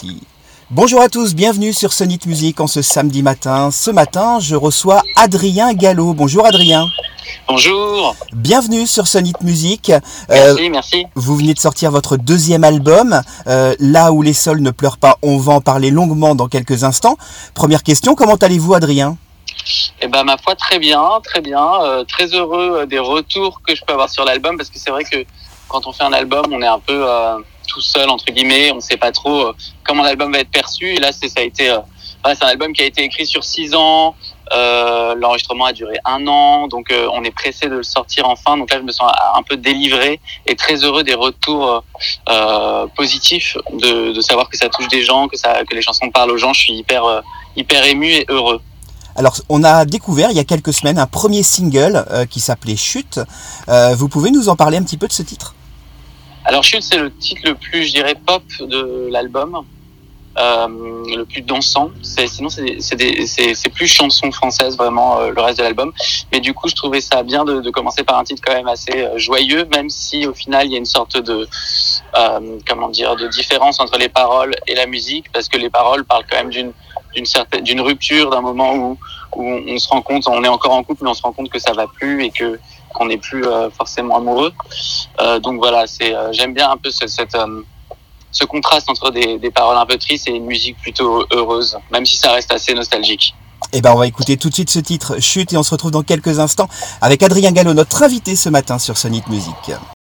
Bonjour à tous, bienvenue sur Sonic Music en ce samedi matin. Ce matin, je reçois Adrien Gallo. Bonjour Adrien. Bonjour. Bienvenue sur Sonic Music. Merci. Vous venez de sortir votre deuxième album, Là où les sols ne pleurent pas. On va en parler longuement dans quelques instants. Première question, comment allez-vous Adrien ? Eh ben, ma foi, très bien. Très heureux des retours que je peux avoir sur l'album, parce que c'est vrai que quand on fait un album, on est un peu tout seul, entre guillemets. On ne sait pas trop comment l'album va être perçu. Et là, c'est un album qui a été écrit sur 6 ans. L'enregistrement a duré 1 an, donc on est pressé de le sortir enfin. Donc là, je me sens un peu délivré et très heureux des retours positifs, de savoir que ça touche des gens, que les chansons parlent aux gens. Je suis hyper ému et heureux. Alors, on a découvert il y a quelques semaines un premier single qui s'appelait Chute. Vous pouvez nous en parler un petit peu de ce titre ? Alors Chute, c'est le titre le plus, je dirais, pop de l'album, le plus dansant. Sinon, c'est plus chanson française, vraiment, le reste de l'album. Mais du coup, je trouvais ça bien de commencer par un titre quand même assez joyeux, même si au final, il y a une sorte de différence entre les paroles et la musique, parce que les paroles parlent quand même d'une rupture, d'un moment où on se rend compte, on est encore en couple, mais on se rend compte que ça va plus et qu'on n'est plus forcément amoureux. Donc voilà, j'aime bien un peu ce contraste entre des paroles un peu tristes et une musique plutôt heureuse, même si ça reste assez nostalgique. Eh ben, on va écouter tout de suite ce titre, Chute, et on se retrouve dans quelques instants avec Adrien Gallo, notre invité ce matin sur Sonic Music.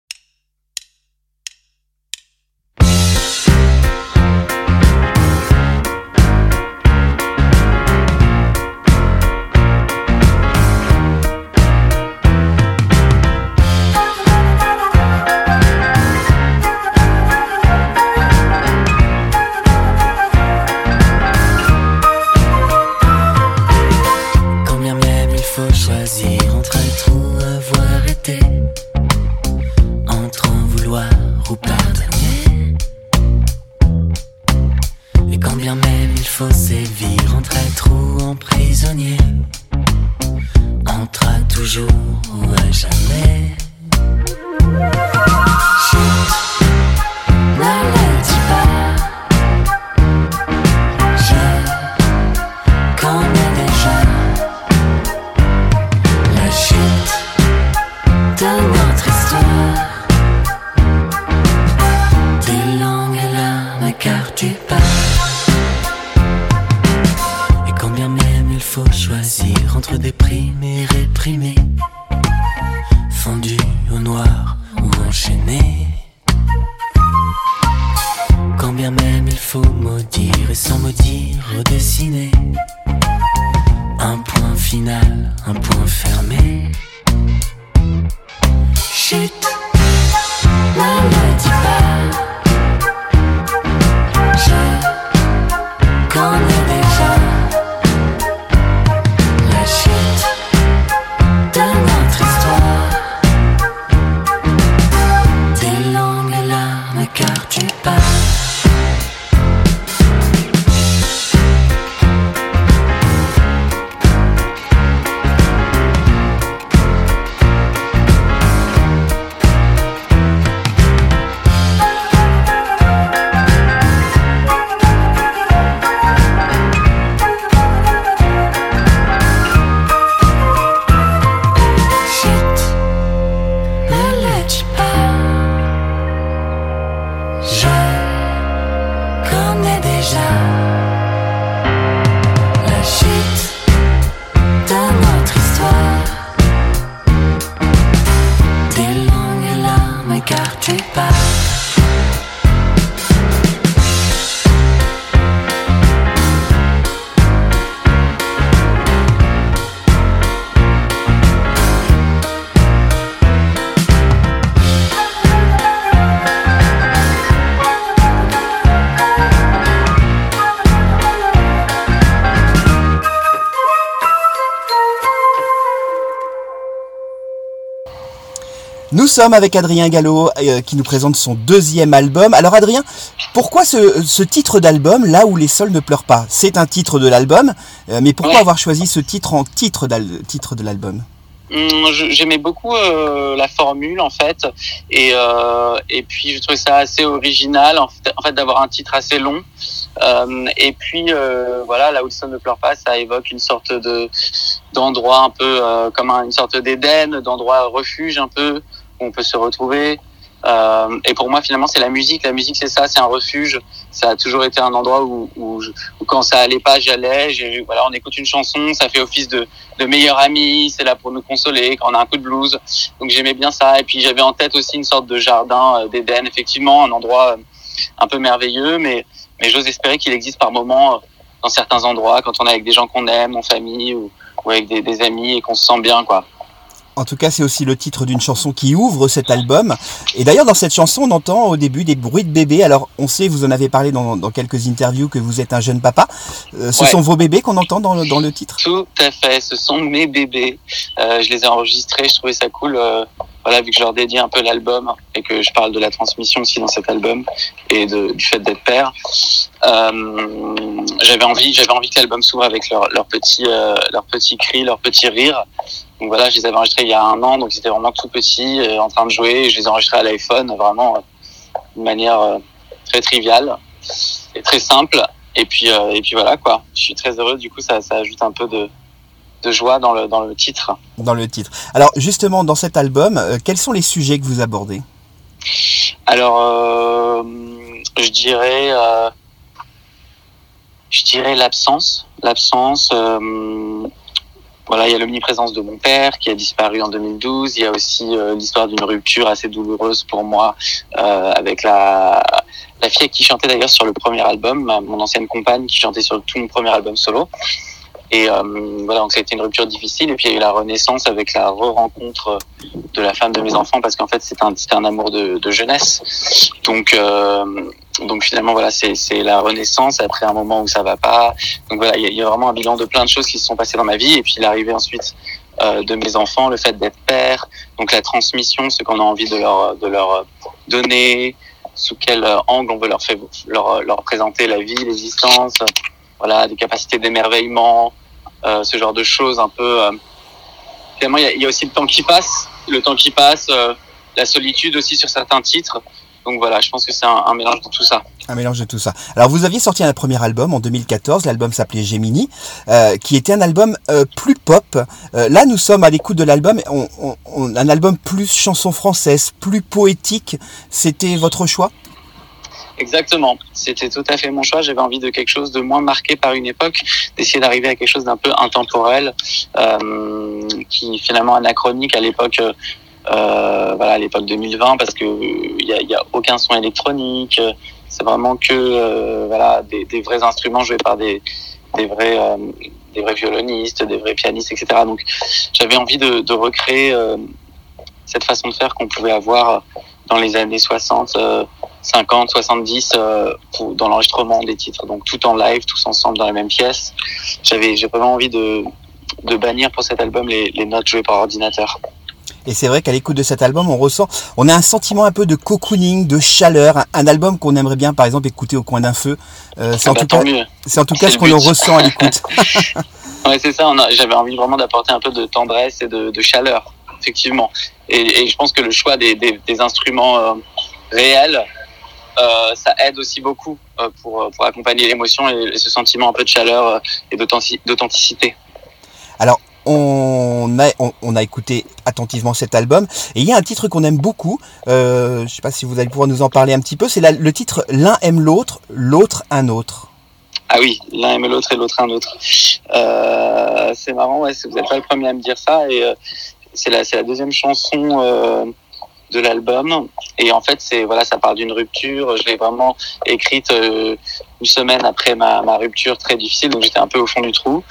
Nous sommes avec Adrien Gallo qui nous présente son deuxième album. Alors Adrien, pourquoi ce titre d'album, Là où les sols ne pleurent pas ? C'est un titre de l'album, mais pourquoi avoir choisi ce titre en titre de l'album ? J'aimais beaucoup la formule en fait, et puis je trouvais ça assez original en fait d'avoir un titre assez long. Et puis voilà, là où le son ne pleure pas, ça évoque une sorte d'endroit un peu comme une sorte d'Éden, d'endroit refuge un peu où on peut se retrouver. Et pour moi finalement c'est la musique. La musique c'est ça, c'est un refuge. Ça a toujours été un endroit où quand ça allait pas, j'allais. Voilà, on écoute une chanson, ça fait office de meilleur ami. C'est là pour nous consoler quand on a un coup de blues. Donc j'aimais bien ça. Et puis j'avais en tête aussi une sorte de jardin d'Éden, effectivement, un endroit un peu merveilleux, mais j'ose espérer qu'il existe par moments dans certains endroits quand on est avec des gens qu'on aime, en famille ou avec des amis et qu'on se sent bien, quoi. En tout cas, c'est aussi le titre d'une chanson qui ouvre cet album. Et d'ailleurs, dans cette chanson, on entend au début des bruits de bébés. Alors, on sait, vous en avez parlé dans quelques interviews, que vous êtes un jeune papa. Ce sont vos bébés qu'on entend dans le titre ? Tout à fait, ce sont mes bébés. Je les ai enregistrés, je trouvais ça cool. Voilà, vu que je leur dédie un peu l'album et que je parle de la transmission aussi dans cet album et du fait d'être père, j'avais envie que l'album s'ouvre avec leurs petits cris, leurs petits rires. Donc voilà, je les avais enregistrés il y a 1 an, donc ils étaient vraiment tout petits, en train de jouer. Et je les ai enregistrés à l'iPhone, vraiment de manière très triviale et très simple. Et puis voilà quoi. Je suis très heureux. Du coup, ça ajoute un peu de joie dans le titre. Dans le titre. Alors justement, dans cet album, quels sont les sujets que vous abordez ? Alors, je dirais l'absence. Voilà, il y a l'omniprésence de mon père qui a disparu en 2012. Il y a aussi l'histoire d'une rupture assez douloureuse pour moi avec la fille qui chantait d'ailleurs sur le premier album, mon ancienne compagne qui chantait sur tout mon premier album solo. Et voilà, donc ça a été une rupture difficile. Et puis il y a eu la renaissance avec la re-rencontre de la femme de mes enfants, parce qu'en fait c'était un amour de jeunesse. Donc finalement voilà, c'est la renaissance après un moment où ça va pas. Donc voilà, il y a vraiment un bilan de plein de choses qui se sont passées dans ma vie. Et puis l'arrivée ensuite de mes enfants, le fait d'être père, donc la transmission, ce qu'on a envie de leur donner, sous quel angle on veut leur présenter la vie, l'existence. Voilà, des capacités d'émerveillement, ce genre de choses un peu. Finalement, il y a aussi le temps qui passe, la solitude aussi sur certains titres. Donc voilà, je pense que c'est un mélange de tout ça. Un mélange de tout ça. Alors vous aviez sorti un premier album en 2014, l'album s'appelait Gemini, qui était un album plus pop. Là, nous sommes à l'écoute de l'album, un album plus chanson française, plus poétique. C'était votre choix ? Exactement, c'était tout à fait mon choix. J'avais envie de quelque chose de moins marqué par une époque, d'essayer d'arriver à quelque chose d'un peu intemporel, qui finalement anachronique à l'époque, voilà, à l'époque 2020, parce que il y a aucun son électronique. C'est vraiment que voilà des vrais instruments joués par des vrais violonistes, des vrais pianistes, etc. Donc j'avais envie de recréer cette façon de faire qu'on pouvait avoir dans les années 60. 50, 70 dans l'enregistrement des titres, donc tout en live, tous ensemble dans la même pièce. J'ai vraiment envie de bannir pour cet album les notes jouées par ordinateur. Et c'est vrai qu'à l'écoute de cet album, on a un sentiment un peu de cocooning, de chaleur, un album qu'on aimerait bien par exemple écouter au coin d'un feu. C'est en tout cas ce qu'on ressent à l'écoute. Ouais, c'est ça, j'avais envie vraiment d'apporter un peu de tendresse et de chaleur, effectivement. Et je pense que le choix des instruments réels, ça aide aussi beaucoup pour accompagner l'émotion et ce sentiment un peu de chaleur et d'authenticité. Alors, on a écouté attentivement cet album et il y a un titre qu'on aime beaucoup, je ne sais pas si vous allez pouvoir nous en parler un petit peu, c'est le titre « L'un aime l'autre, l'autre un autre ». Ah oui, l'un aime l'autre et l'autre un autre. C'est marrant, ouais, vous n'êtes pas le premier à me dire ça, et c'est la deuxième chanson de l'album, et en fait ça parle d'une rupture. Je l'ai vraiment écrite une semaine après ma rupture très difficile, donc j'étais un peu au fond du trou,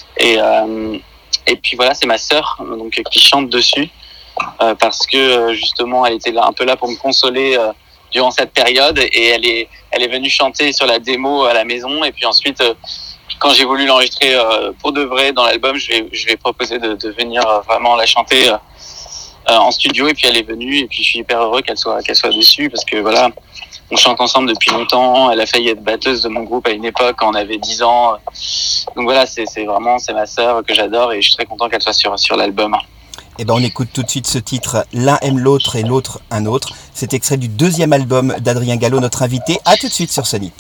et puis voilà, c'est ma sœur donc qui chante dessus parce que justement elle était là, un peu là pour me consoler durant cette période, et elle est venue chanter sur la démo à la maison, et puis ensuite quand j'ai voulu l'enregistrer pour de vrai dans l'album, je vais proposer de venir vraiment la chanter en studio, et puis elle est venue, et puis je suis hyper heureux qu'elle soit dessus, parce que voilà, on chante ensemble depuis longtemps. Elle a failli être batteuse de mon groupe à une époque quand on avait 10 ans. Donc voilà, c'est ma sœur que j'adore, et je suis très content qu'elle soit sur l'album. Et ben on écoute tout de suite ce titre, L'un aime l'autre et l'autre un autre. C'est extrait du 2e album d'Adrien Gallo, notre invité. À tout de suite sur Sonit.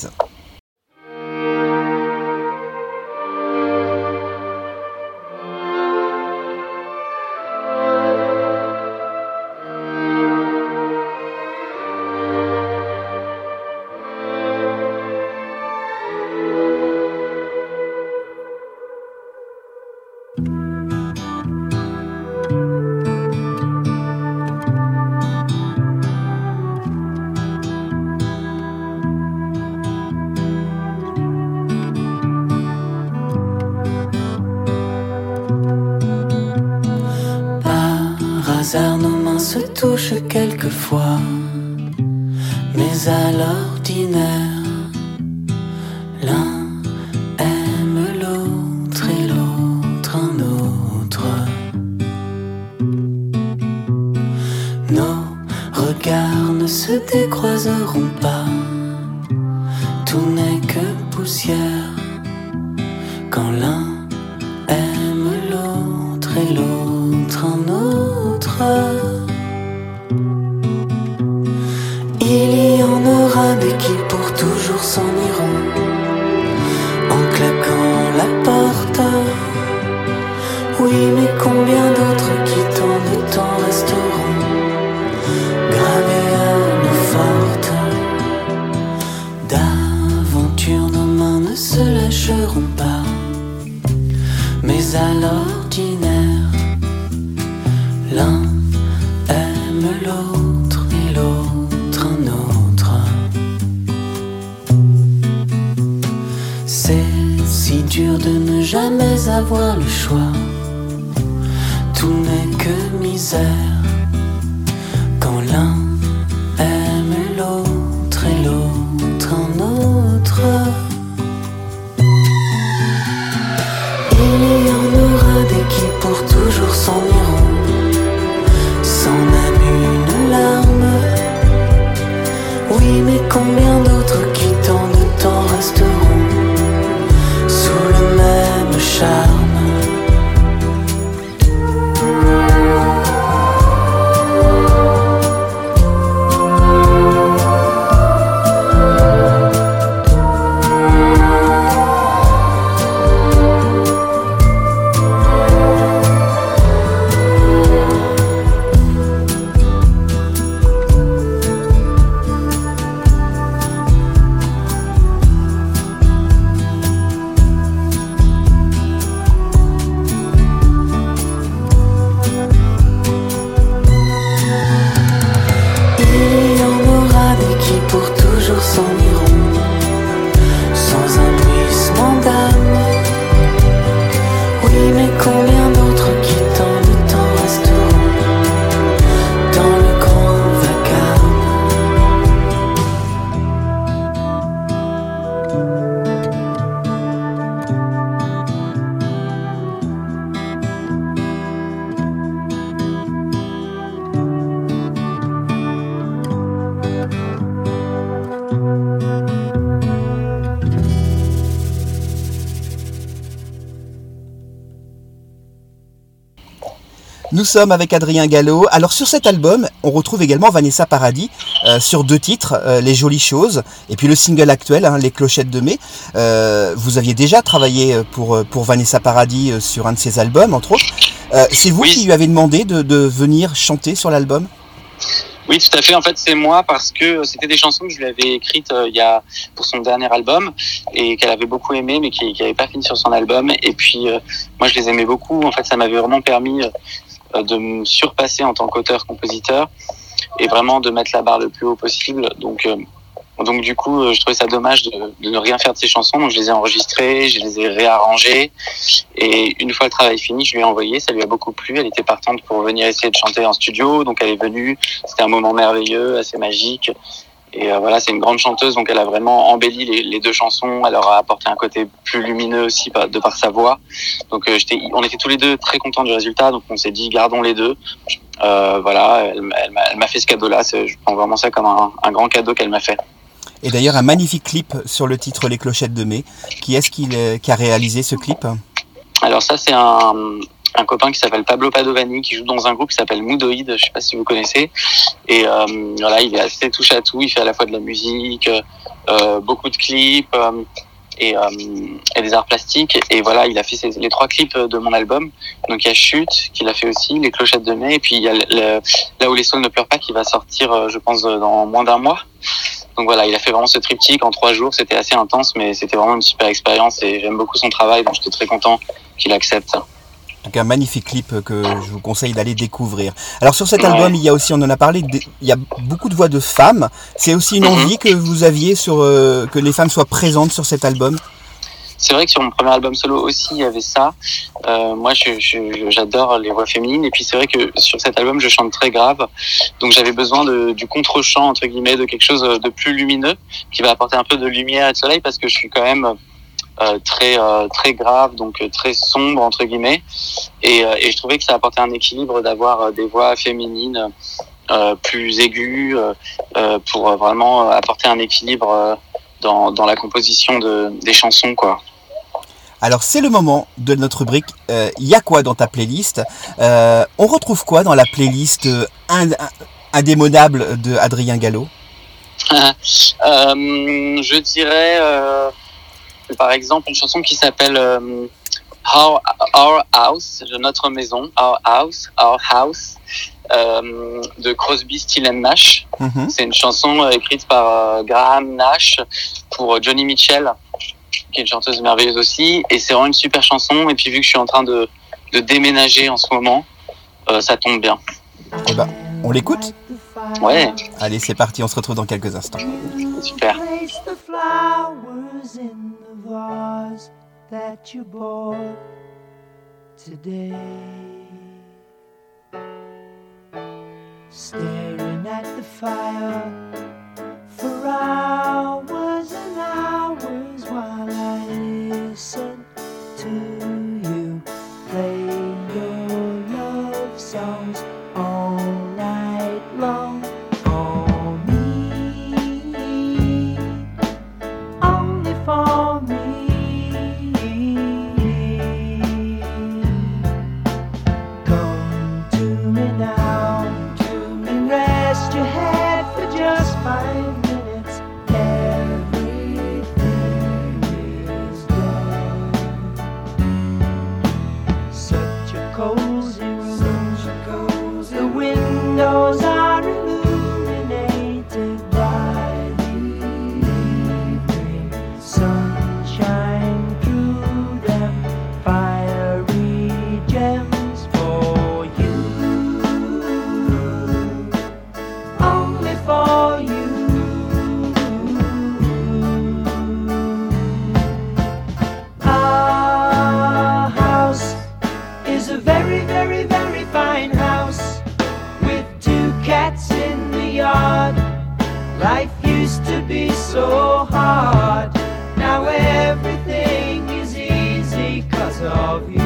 Nos mains se touchent quelquefois, mais à l'ordinaire, l'un aime l'autre et l'autre un autre. Nos regards ne se décroiseront pas, tout n'est que poussière, quand l'un aime l'autre et l'autre un autre. Il y en aura des qui pour toujours s'en iront en claquant la porte. Oui, mais combien d'autres qui tant de temps resteront gravés à nos fortes d'aventures. Nos mains ne se lâcheront pas, mais à l'ordinaire, l'un aime l'autre et l'autre un autre. C'est si dur de ne jamais avoir le choix. Tout n'est que misère quand l'un aime l'autre et l'autre un autre. Il y en aura des qui pour toujours s'en iront sans même une larme. Oui, mais combien d'autres qui tant de temps resteront sous le même charme. Nous sommes avec Adrien Gallo. Alors sur cet album, on retrouve également Vanessa Paradis sur 2 titres, Les Jolies Choses, et puis le single actuel, Les Clochettes de Mai. Vous aviez déjà travaillé pour Vanessa Paradis sur un de ses albums, entre autres. C'est vous qui lui avez demandé de venir chanter sur l'album ? Oui, tout à fait. En fait, c'est moi parce que c'était des chansons que je lui avais écrites pour son dernier album et qu'elle avait beaucoup aimé, mais qui n'avait pas fini sur son album. Et puis, moi, je les aimais beaucoup. En fait, ça m'avait vraiment permis de me surpasser en tant qu'auteur-compositeur et vraiment de mettre la barre le plus haut possible. Donc du coup, je trouvais ça dommage de ne rien faire de ces chansons. Donc, je les ai enregistrées, je les ai réarrangées. Et une fois le travail fini, je lui ai envoyé. Ça lui a beaucoup plu. Elle était partante pour venir essayer de chanter en studio. Donc, elle est venue. C'était un moment merveilleux, assez magique. Et voilà, c'est une grande chanteuse. Donc, elle a vraiment embelli les 2 chansons. Elle leur a apporté un côté plus lumineux aussi de par sa voix. Donc, on était tous les 2 très contents du résultat. Donc, on s'est dit, gardons les 2. Voilà, elle m'a fait ce cadeau-là. Je prends vraiment ça comme un grand cadeau qu'elle m'a fait. Et d'ailleurs, un magnifique clip sur le titre Les Clochettes de Mai. Qui est-ce qui a réalisé ce clip ? Alors ça, c'est un un copain qui s'appelle Pablo Padovani, qui joue dans un groupe qui s'appelle Moodoid, je sais pas si vous connaissez. Et voilà, il est assez touche à tout. Il fait à la fois de la musique, beaucoup de clips et des arts plastiques. Et voilà, il a fait les 3 clips de mon album. Donc il y a Chute qu'il a fait aussi, Les Clochettes de mai, et puis il y a Là où les saules ne pleurent pas qui va sortir, je pense, dans moins d'un mois. Donc voilà, il a fait vraiment ce triptyque en 3 jours. C'était assez intense, mais c'était vraiment une super expérience et j'aime beaucoup son travail. Donc j'étais très content qu'il accepte. Donc un magnifique clip que je vous conseille d'aller découvrir. Alors sur cet album, il y a aussi, on en a parlé, il y a beaucoup de voix de femmes. C'est aussi une envie que vous aviez que les femmes soient présentes sur cet album? C'est vrai que sur mon premier album solo aussi, il y avait ça. Moi, j'adore les voix féminines. Et puis, c'est vrai que sur cet album, je chante très grave. Donc, j'avais besoin du contre-chant, entre guillemets, de quelque chose de plus lumineux, qui va apporter un peu de lumière et de soleil, parce que je suis quand même très grave, donc très sombre, entre guillemets. Et je trouvais que ça apportait un équilibre d'avoir des voix féminines plus aiguës, pour vraiment apporter un équilibre dans la composition des chansons, quoi. Alors c'est le moment de notre rubrique y a quoi dans ta playlist? On retrouve quoi dans la playlist indémodable de Adrien Gallo? Je dirais par exemple une chanson qui s'appelle Our House, notre maison, Our House, de Crosby, Stills & Nash. C'est une chanson écrite par Graham Nash pour Joni Mitchell, qui est une chanteuse merveilleuse aussi, et c'est vraiment une super chanson. Et puis vu que je suis en train de déménager en ce moment, ça tombe bien. Eh ben, on l'écoute? Ouais. Allez, c'est parti, on se retrouve dans quelques instants. Super. Staring at the fire for hours and hours while I listen to you play your love songs all night long. For me, only for me. Come to me now, rest your head for just 5 minutes. Everything is done. Such a cozy room, the windows are illuminated by the evening sunshine through them, fiery gems for you. For you, our house is a very, very, very fine house with 2 cats in the yard. Life used to be so hard. Now everything is easy 'cause of you.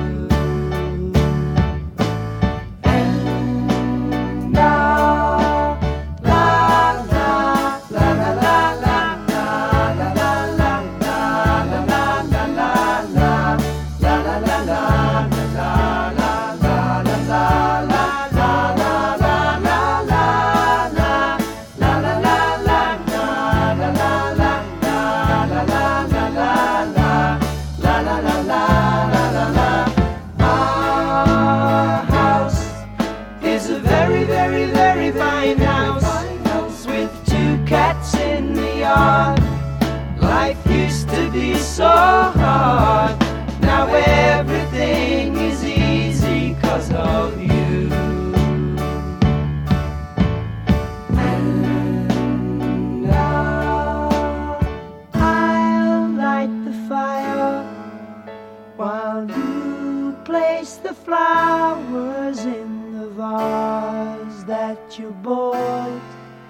Life used to be so hard. Now everything is easy 'cause of you. And I'll light the fire while you place the flowers in the vase that you bought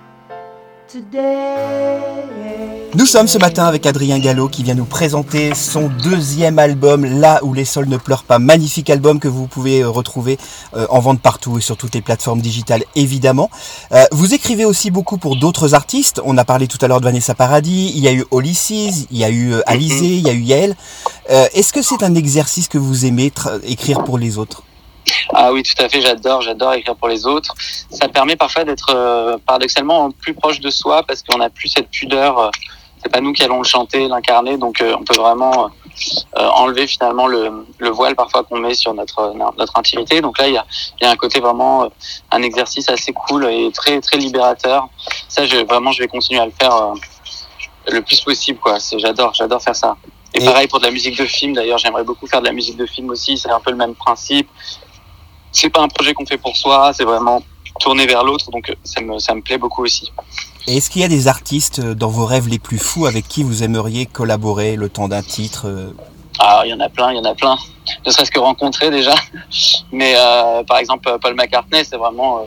today. Nous sommes ce matin avec Adrien Gallo qui vient nous présenter son 2e album, Là où les saules ne pleurent pas. Magnifique album que vous pouvez retrouver en vente partout et sur toutes les plateformes digitales évidemment. Vous écrivez aussi beaucoup pour d'autres artistes. On a parlé tout à l'heure de Vanessa Paradis, il y a eu Olysses, il y a eu Alizé, il y a eu Yael. Est-ce que c'est un exercice que vous aimez, écrire pour les autres ? Ah oui, tout à fait, j'adore écrire pour les autres. Ça permet parfois d'être paradoxalement plus proche de soi parce qu'on n'a plus cette pudeur. C'est pas nous qui allons le chanter, l'incarner, donc on peut vraiment enlever finalement le voile parfois qu'on met sur notre intimité. Donc là, il y a un côté vraiment un exercice assez cool et très très libérateur. Ça, je vais continuer à le faire le plus possible, quoi. J'adore faire ça. Et pareil pour de la musique de film. D'ailleurs, j'aimerais beaucoup faire de la musique de film aussi. C'est un peu le même principe. C'est pas un projet qu'on fait pour soi, c'est vraiment tourner vers l'autre, donc ça me plaît beaucoup aussi. Et est-ce qu'il y a des artistes dans vos rêves les plus fous avec qui vous aimeriez collaborer le temps d'un titre ? Ah, il y en a plein. Ne serait-ce que rencontrer déjà. Mais par exemple, Paul McCartney, c'est vraiment...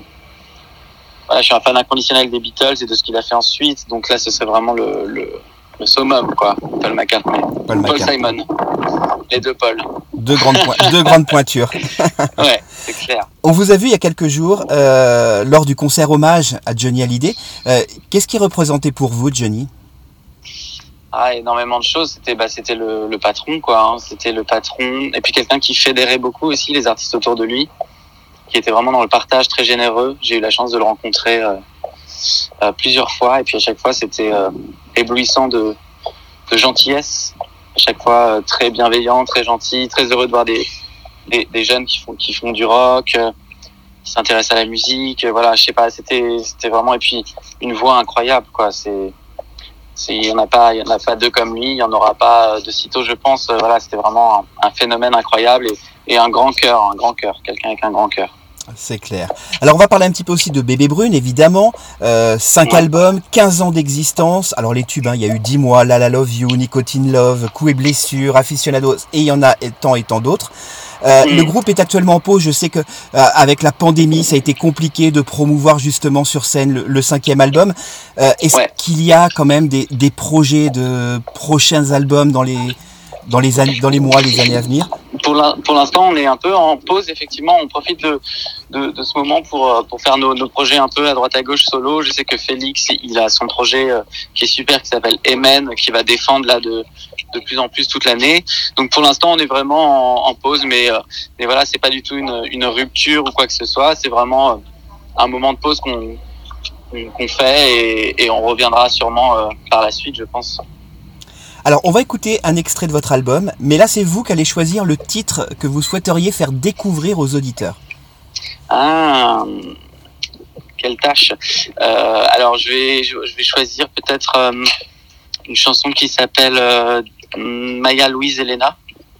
je suis un fan inconditionnel des Beatles et de ce qu'il a fait ensuite, donc là, ce serait vraiment le summum, quoi. Paul McCartney. Paul Simon. Les deux Paul. Deux grandes pointures. Ouais, c'est clair. On vous a vu il y a quelques jours lors du concert hommage à Johnny Hallyday. Qu'est-ce qui représentait pour vous, Johnny ? Ah, énormément de choses. C'était le patron, quoi. Hein. C'était le patron. Et puis quelqu'un qui fédérait beaucoup aussi les artistes autour de lui, qui était vraiment dans le partage, très généreux. J'ai eu la chance de le rencontrer plusieurs fois. Et puis à chaque fois, c'était éblouissant de gentillesse. À chaque fois, très bienveillant, très gentil, très heureux de voir des jeunes qui font du rock, qui s'intéressent à la musique. Voilà, je sais pas, c'était vraiment... Et puis, une voix incroyable, quoi. Il y en a pas deux comme lui, il y en aura pas de sitôt, je pense. Voilà, c'était vraiment un phénomène incroyable et un grand cœur, quelqu'un avec un grand cœur. C'est clair. Alors on va parler un petit peu aussi de Bébé Brune, évidemment. 5 albums, 15 ans d'existence. Alors les tubes, il y a eu 10 mois, La La Love You, Nicotine Love, Coups et Blessures, Aficionados, et il y en a tant d'autres. Le groupe est actuellement en pause. Je sais que avec la pandémie, ça a été compliqué de promouvoir justement sur scène le 5e album. Est-ce qu'il y a quand même des projets de prochains albums dans les mois, les années à venir? Pour l'instant, on est un peu en pause, effectivement. On profite de ce moment pour faire nos projets un peu à droite à gauche solo. Je sais que Félix, il a son projet qui est super, qui s'appelle Amen, qui va défendre là de plus en plus toute l'année. Donc pour l'instant, on est vraiment en pause, mais voilà, c'est pas du tout une rupture ou quoi que ce soit. C'est vraiment un moment de pause qu'on fait et on reviendra sûrement par la suite, je pense. Alors, on va écouter un extrait de votre album, mais là, c'est vous qui allez choisir le titre que vous souhaiteriez faire découvrir aux auditeurs. Ah, quelle tâche. Alors, je vais choisir peut-être une chanson qui s'appelle Maya Louise Elena,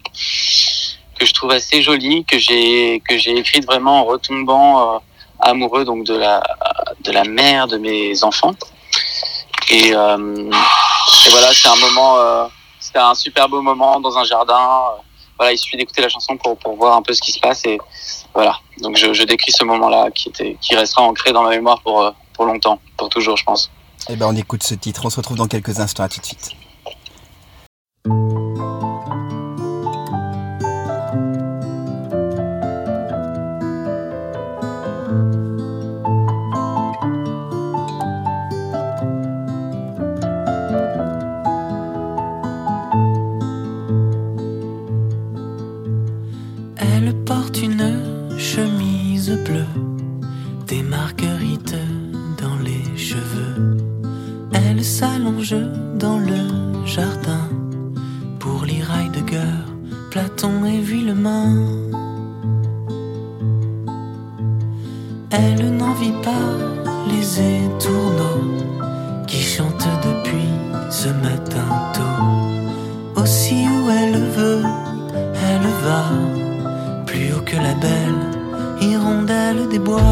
que je trouve assez jolie, que j'ai écrite vraiment en retombant amoureux donc de la mère de mes enfants. Et voilà, c'est un moment, c'était un super beau moment dans un jardin. Voilà, il suffit d'écouter la chanson pour voir un peu ce qui se passe. Et voilà, donc je décris ce moment-là qui restera ancré dans ma mémoire pour longtemps, pour toujours, je pense. Eh ben, on écoute ce titre. On se retrouve dans quelques instants. À tout de suite. Elle porte une chemise bleue, des marguerites dans les cheveux. Elle s'allonge dans le jardin pour lire Heidegger, Platon et Villemain. Elle n'en vit pas les étourneaux qui chantent depuis ce matin tôt. Aussi où elle veut, elle va, plus haut que la belle hirondelle des bois.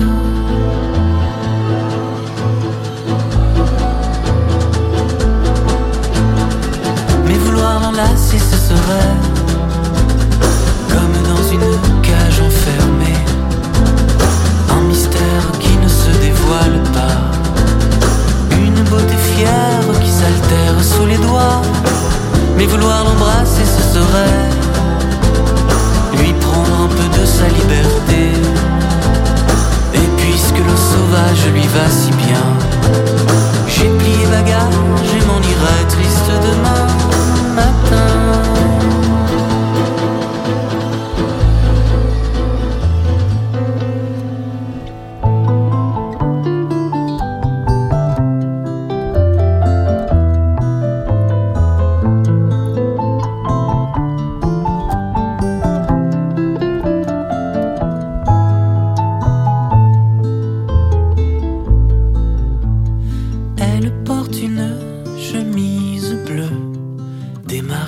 Mais vouloir l'enlacer, ce serait comme dans une cage enfermée, un mystère qui ne se dévoile pas, une beauté fière qui s'altère sous les doigts. Mais vouloir l'embrasser, ce serait lui prendre un peu de sa liberté. Et puisque le sauvage lui va si bien, j'ai plié bagage et m'en irai triste demain matin.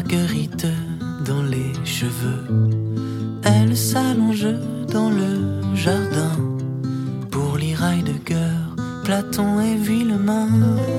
marguerite dans les cheveux. Elle s'allonge dans le jardin pour lire Heidegger, Platon et Villemain.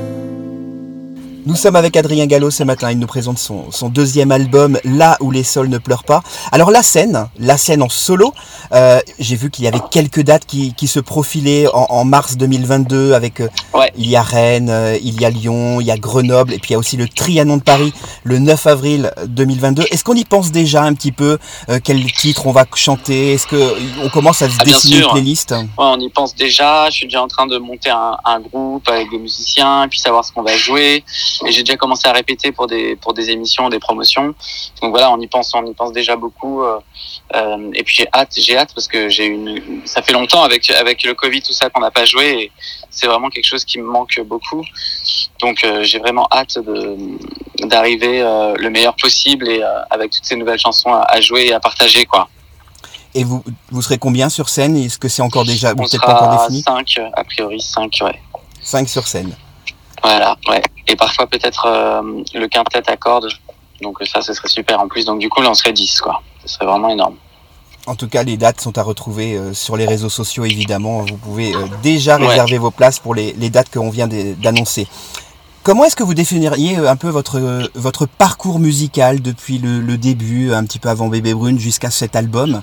Nous sommes avec Adrien Gallo ce matin, il nous présente son deuxième album, Là où les sols ne pleurent pas. Alors la scène en solo, j'ai vu qu'il y avait quelques dates qui se profilaient en mars 2022 avec, il y a Rennes, il y a Lyon, il y a Grenoble et puis il y a aussi le Trianon de Paris le 9 avril 2022. Est-ce qu'on y pense déjà un petit peu, quel titre on va chanter? Est-ce qu'on commence à se dessiner une playlist? Ouais, on y pense déjà, je suis déjà en train de monter un groupe avec des musiciens et puis savoir ce qu'on va jouer. Et j'ai déjà commencé à répéter pour des émissions, des promotions. Donc voilà, on y pense déjà beaucoup. Et puis j'ai hâte parce que ça fait longtemps avec le Covid tout ça qu'on n'a pas joué. Et c'est vraiment quelque chose qui me manque beaucoup. Donc j'ai vraiment hâte d'arriver le meilleur possible et avec toutes ces nouvelles chansons à jouer et à partager quoi. Et vous serez combien sur scène? Est-ce que c'est encore déjà peut-être pas encore défini? 5, a priori 5, ouais. 5 sur scène. Voilà, ouais. Et parfois peut-être le quintet à cordes. Donc ça, ce serait super en plus. Donc du coup, là, on serait 10, quoi. Ce serait vraiment énorme. En tout cas, les dates sont à retrouver sur les réseaux sociaux, évidemment. Vous pouvez déjà réserver vos places pour les dates qu'on vient d'annoncer. Comment est-ce que vous définiriez un peu votre parcours musical depuis le début, un petit peu avant Bébé Brune, jusqu'à cet album?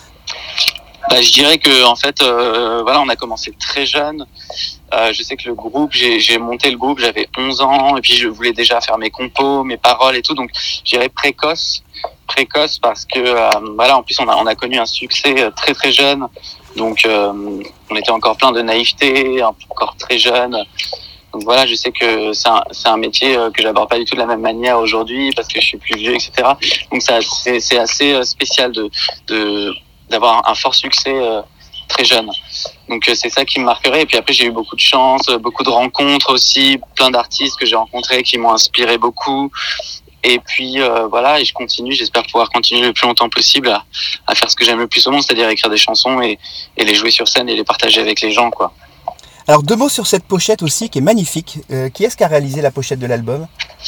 Je dirais que en fait, on a commencé très jeune. Je sais que le groupe, j'ai monté le groupe, j'avais 11 ans et puis je voulais déjà faire mes compos, mes paroles et tout. Donc, je dirais précoce parce que en plus on a connu un succès très très jeune. Donc, on était encore plein de naïveté, encore très jeune. Donc voilà, je sais que c'est un métier que j'aborde pas du tout de la même manière aujourd'hui parce que je suis plus vieux, etc. Donc c'est assez spécial d'avoir un fort succès très jeune. Donc c'est ça qui me marquerait. Et puis après j'ai eu beaucoup de chance, beaucoup de rencontres aussi, plein d'artistes que j'ai rencontrés qui m'ont inspiré beaucoup. Et puis et je continue, j'espère pouvoir continuer le plus longtemps possible à faire ce que j'aime le plus au monde, c'est-à-dire écrire des chansons et les jouer sur scène et les partager avec les gens, quoi. Alors 2 mots sur cette pochette aussi qui est magnifique. Qui est-ce qui a réalisé la pochette de l'album?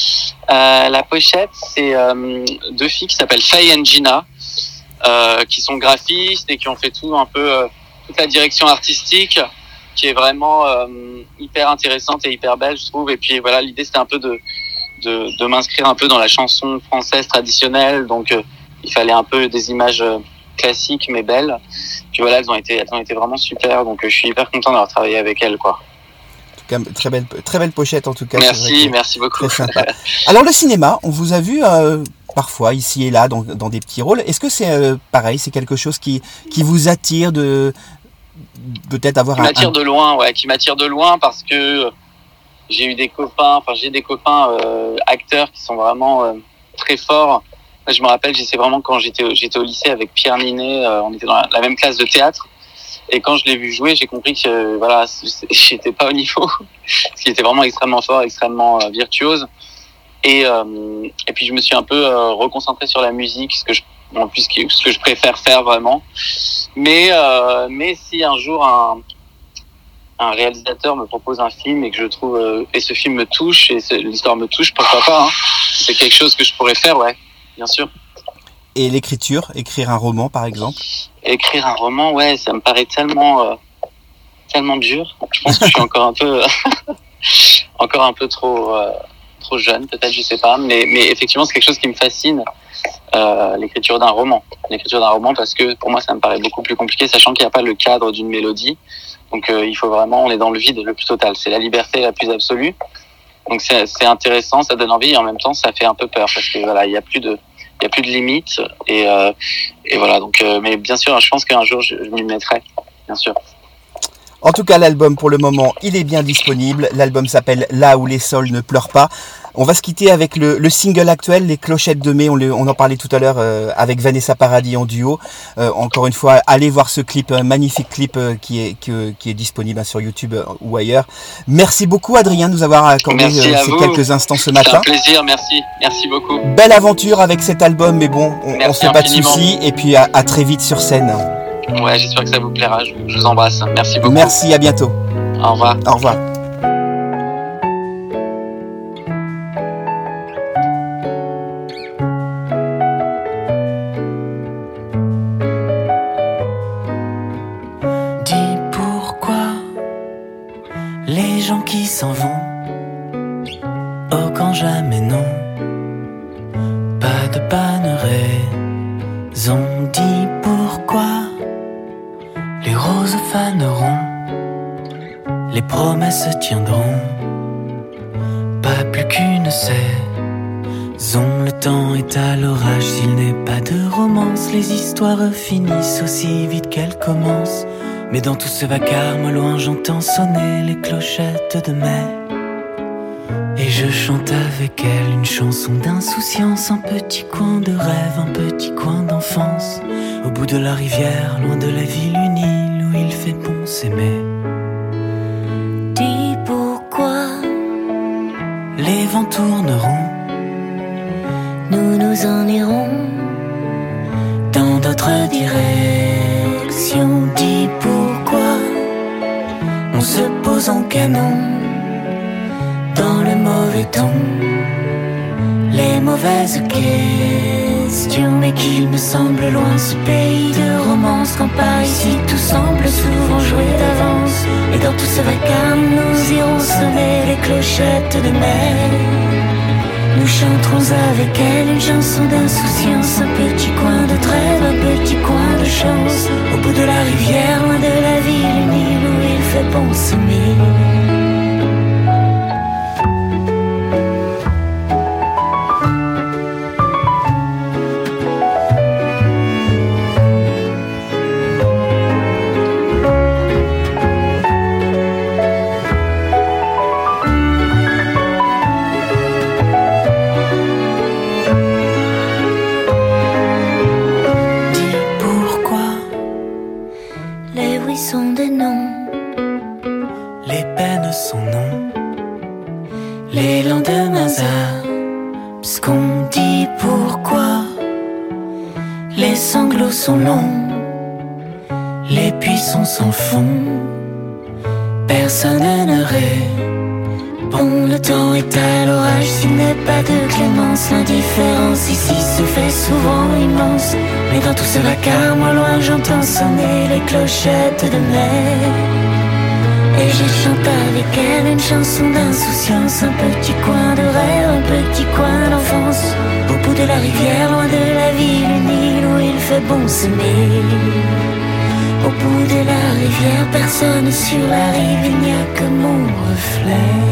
La pochette, c'est 2 filles qui s'appellent Faye et Gina, qui sont graphistes et qui ont fait tout un peu toute la direction artistique, qui est vraiment hyper intéressante et hyper belle, je trouve. Et puis voilà, l'idée c'était un peu de m'inscrire un peu dans la chanson française traditionnelle, donc il fallait un peu des images classiques mais belles. Puis voilà, elles ont été vraiment super, donc je suis hyper content d'avoir travaillé avec elles, quoi. En tout cas, très belle pochette en tout cas. Merci beaucoup. Très sympa. Alors le cinéma, on vous a vu parfois ici et là dans des petits rôles. Est-ce que c'est pareil, c'est quelque chose qui vous attire de peut-être avoir qui m'attire de loin parce que j'ai des copains acteurs qui sont vraiment très forts. Je me rappelle, c'est vraiment quand j'étais au lycée avec Pierre Ninet, on était dans la même classe de théâtre. Et quand je l'ai vu jouer, j'ai compris que j'étais pas au niveau, parce qu'il était vraiment extrêmement fort, extrêmement virtuose. Et puis je me suis un peu reconcentré sur la musique, ce que je préfère faire vraiment. Mais si un jour un réalisateur me propose un film et que je trouve et ce film me touche et l'histoire me touche, pourquoi pas, hein. C'est quelque chose que je pourrais faire, ouais, bien sûr. Et l'écriture, écrire un roman par exemple? Écrire un roman, ouais, ça me paraît tellement dur. Je pense que je suis encore un peu trop jeune, peut-être, je sais pas. Mais effectivement, c'est quelque chose qui me fascine, l'écriture d'un roman. L'écriture d'un roman, parce que pour moi, ça me paraît beaucoup plus compliqué, sachant qu'il n'y a pas le cadre d'une mélodie. Donc, il faut vraiment, on est dans le vide le plus total. C'est la liberté la plus absolue. Donc, c'est intéressant, ça donne envie, et en même temps, ça fait un peu peur, parce que voilà, il y a plus de limites, et voilà. Donc, mais bien sûr, je pense qu'un jour, je m'y mettrai, bien sûr. En tout cas, l'album, pour le moment, il est bien disponible. L'album s'appelle Là où les sols ne pleurent pas. On va se quitter avec le single actuel, Les Clochettes de mai. On en parlait tout à l'heure avec Vanessa Paradis en duo. Encore une fois, allez voir ce clip, un magnifique clip qui est disponible sur YouTube ou ailleurs. Merci beaucoup, Adrien, de nous avoir accordé ces quelques instants ce matin. C'est un plaisir, merci beaucoup. Belle aventure avec cet album, mais bon, on ne se fait pas de soucis. Et puis à très vite sur scène. Ouais, j'espère que ça vous plaira. Je vous embrasse. Merci beaucoup. Merci, à bientôt. Au revoir. Au revoir. s'en vont. Oh, quand jamais non, pas de bonne raison. Dis pourquoi les roses faneront, les promesses tiendront, pas plus qu'une saison. Le temps est à l'orage, s'il n'est pas de romance, les histoires finissent aussi vite qu'elles commencent. Mais dans tout ce vacarme, au loin j'entends sonner les clochettes de mai. Et je chante avec elle une chanson d'insouciance, un petit coin de rêve, un petit coin d'enfance. Au bout de la rivière, loin de la ville, une île où il fait bon s'aimer. Dis pourquoi les vents tourneront, nous nous en irons dans d'autres directions. Dis pourquoi on se pose en canon dans le mauvais ton, les mauvaises questions. Mais qu'il me semble loin ce pays de romance, quand par ici tout semble souvent joué d'avance. Et dans tout ce vacarme nous irons sonner les clochettes de mai. Nous chanterons avec elle une chanson d'insouciance, un petit coin de trêve, un petit coin de chance. Au bout de la rivière, loin de la ville, une île où il fait bon s'aimer. Sont longs, les buissons s'en font, personne ne répond. Le temps est à l'orage, s'il n'est pas de clémence. L'indifférence ici se fait souvent immense. Mais dans tout ce vacarme, au loin j'entends sonner les clochettes de mai. Et je chante avec elle une chanson d'insouciance, un petit coin de rêve, un petit coin d'enfance. Au bout de la rivière, loin de la ville, une île où il fait bon s'aimer. Au bout de la rivière, personne sur la rive, il n'y a que mon reflet.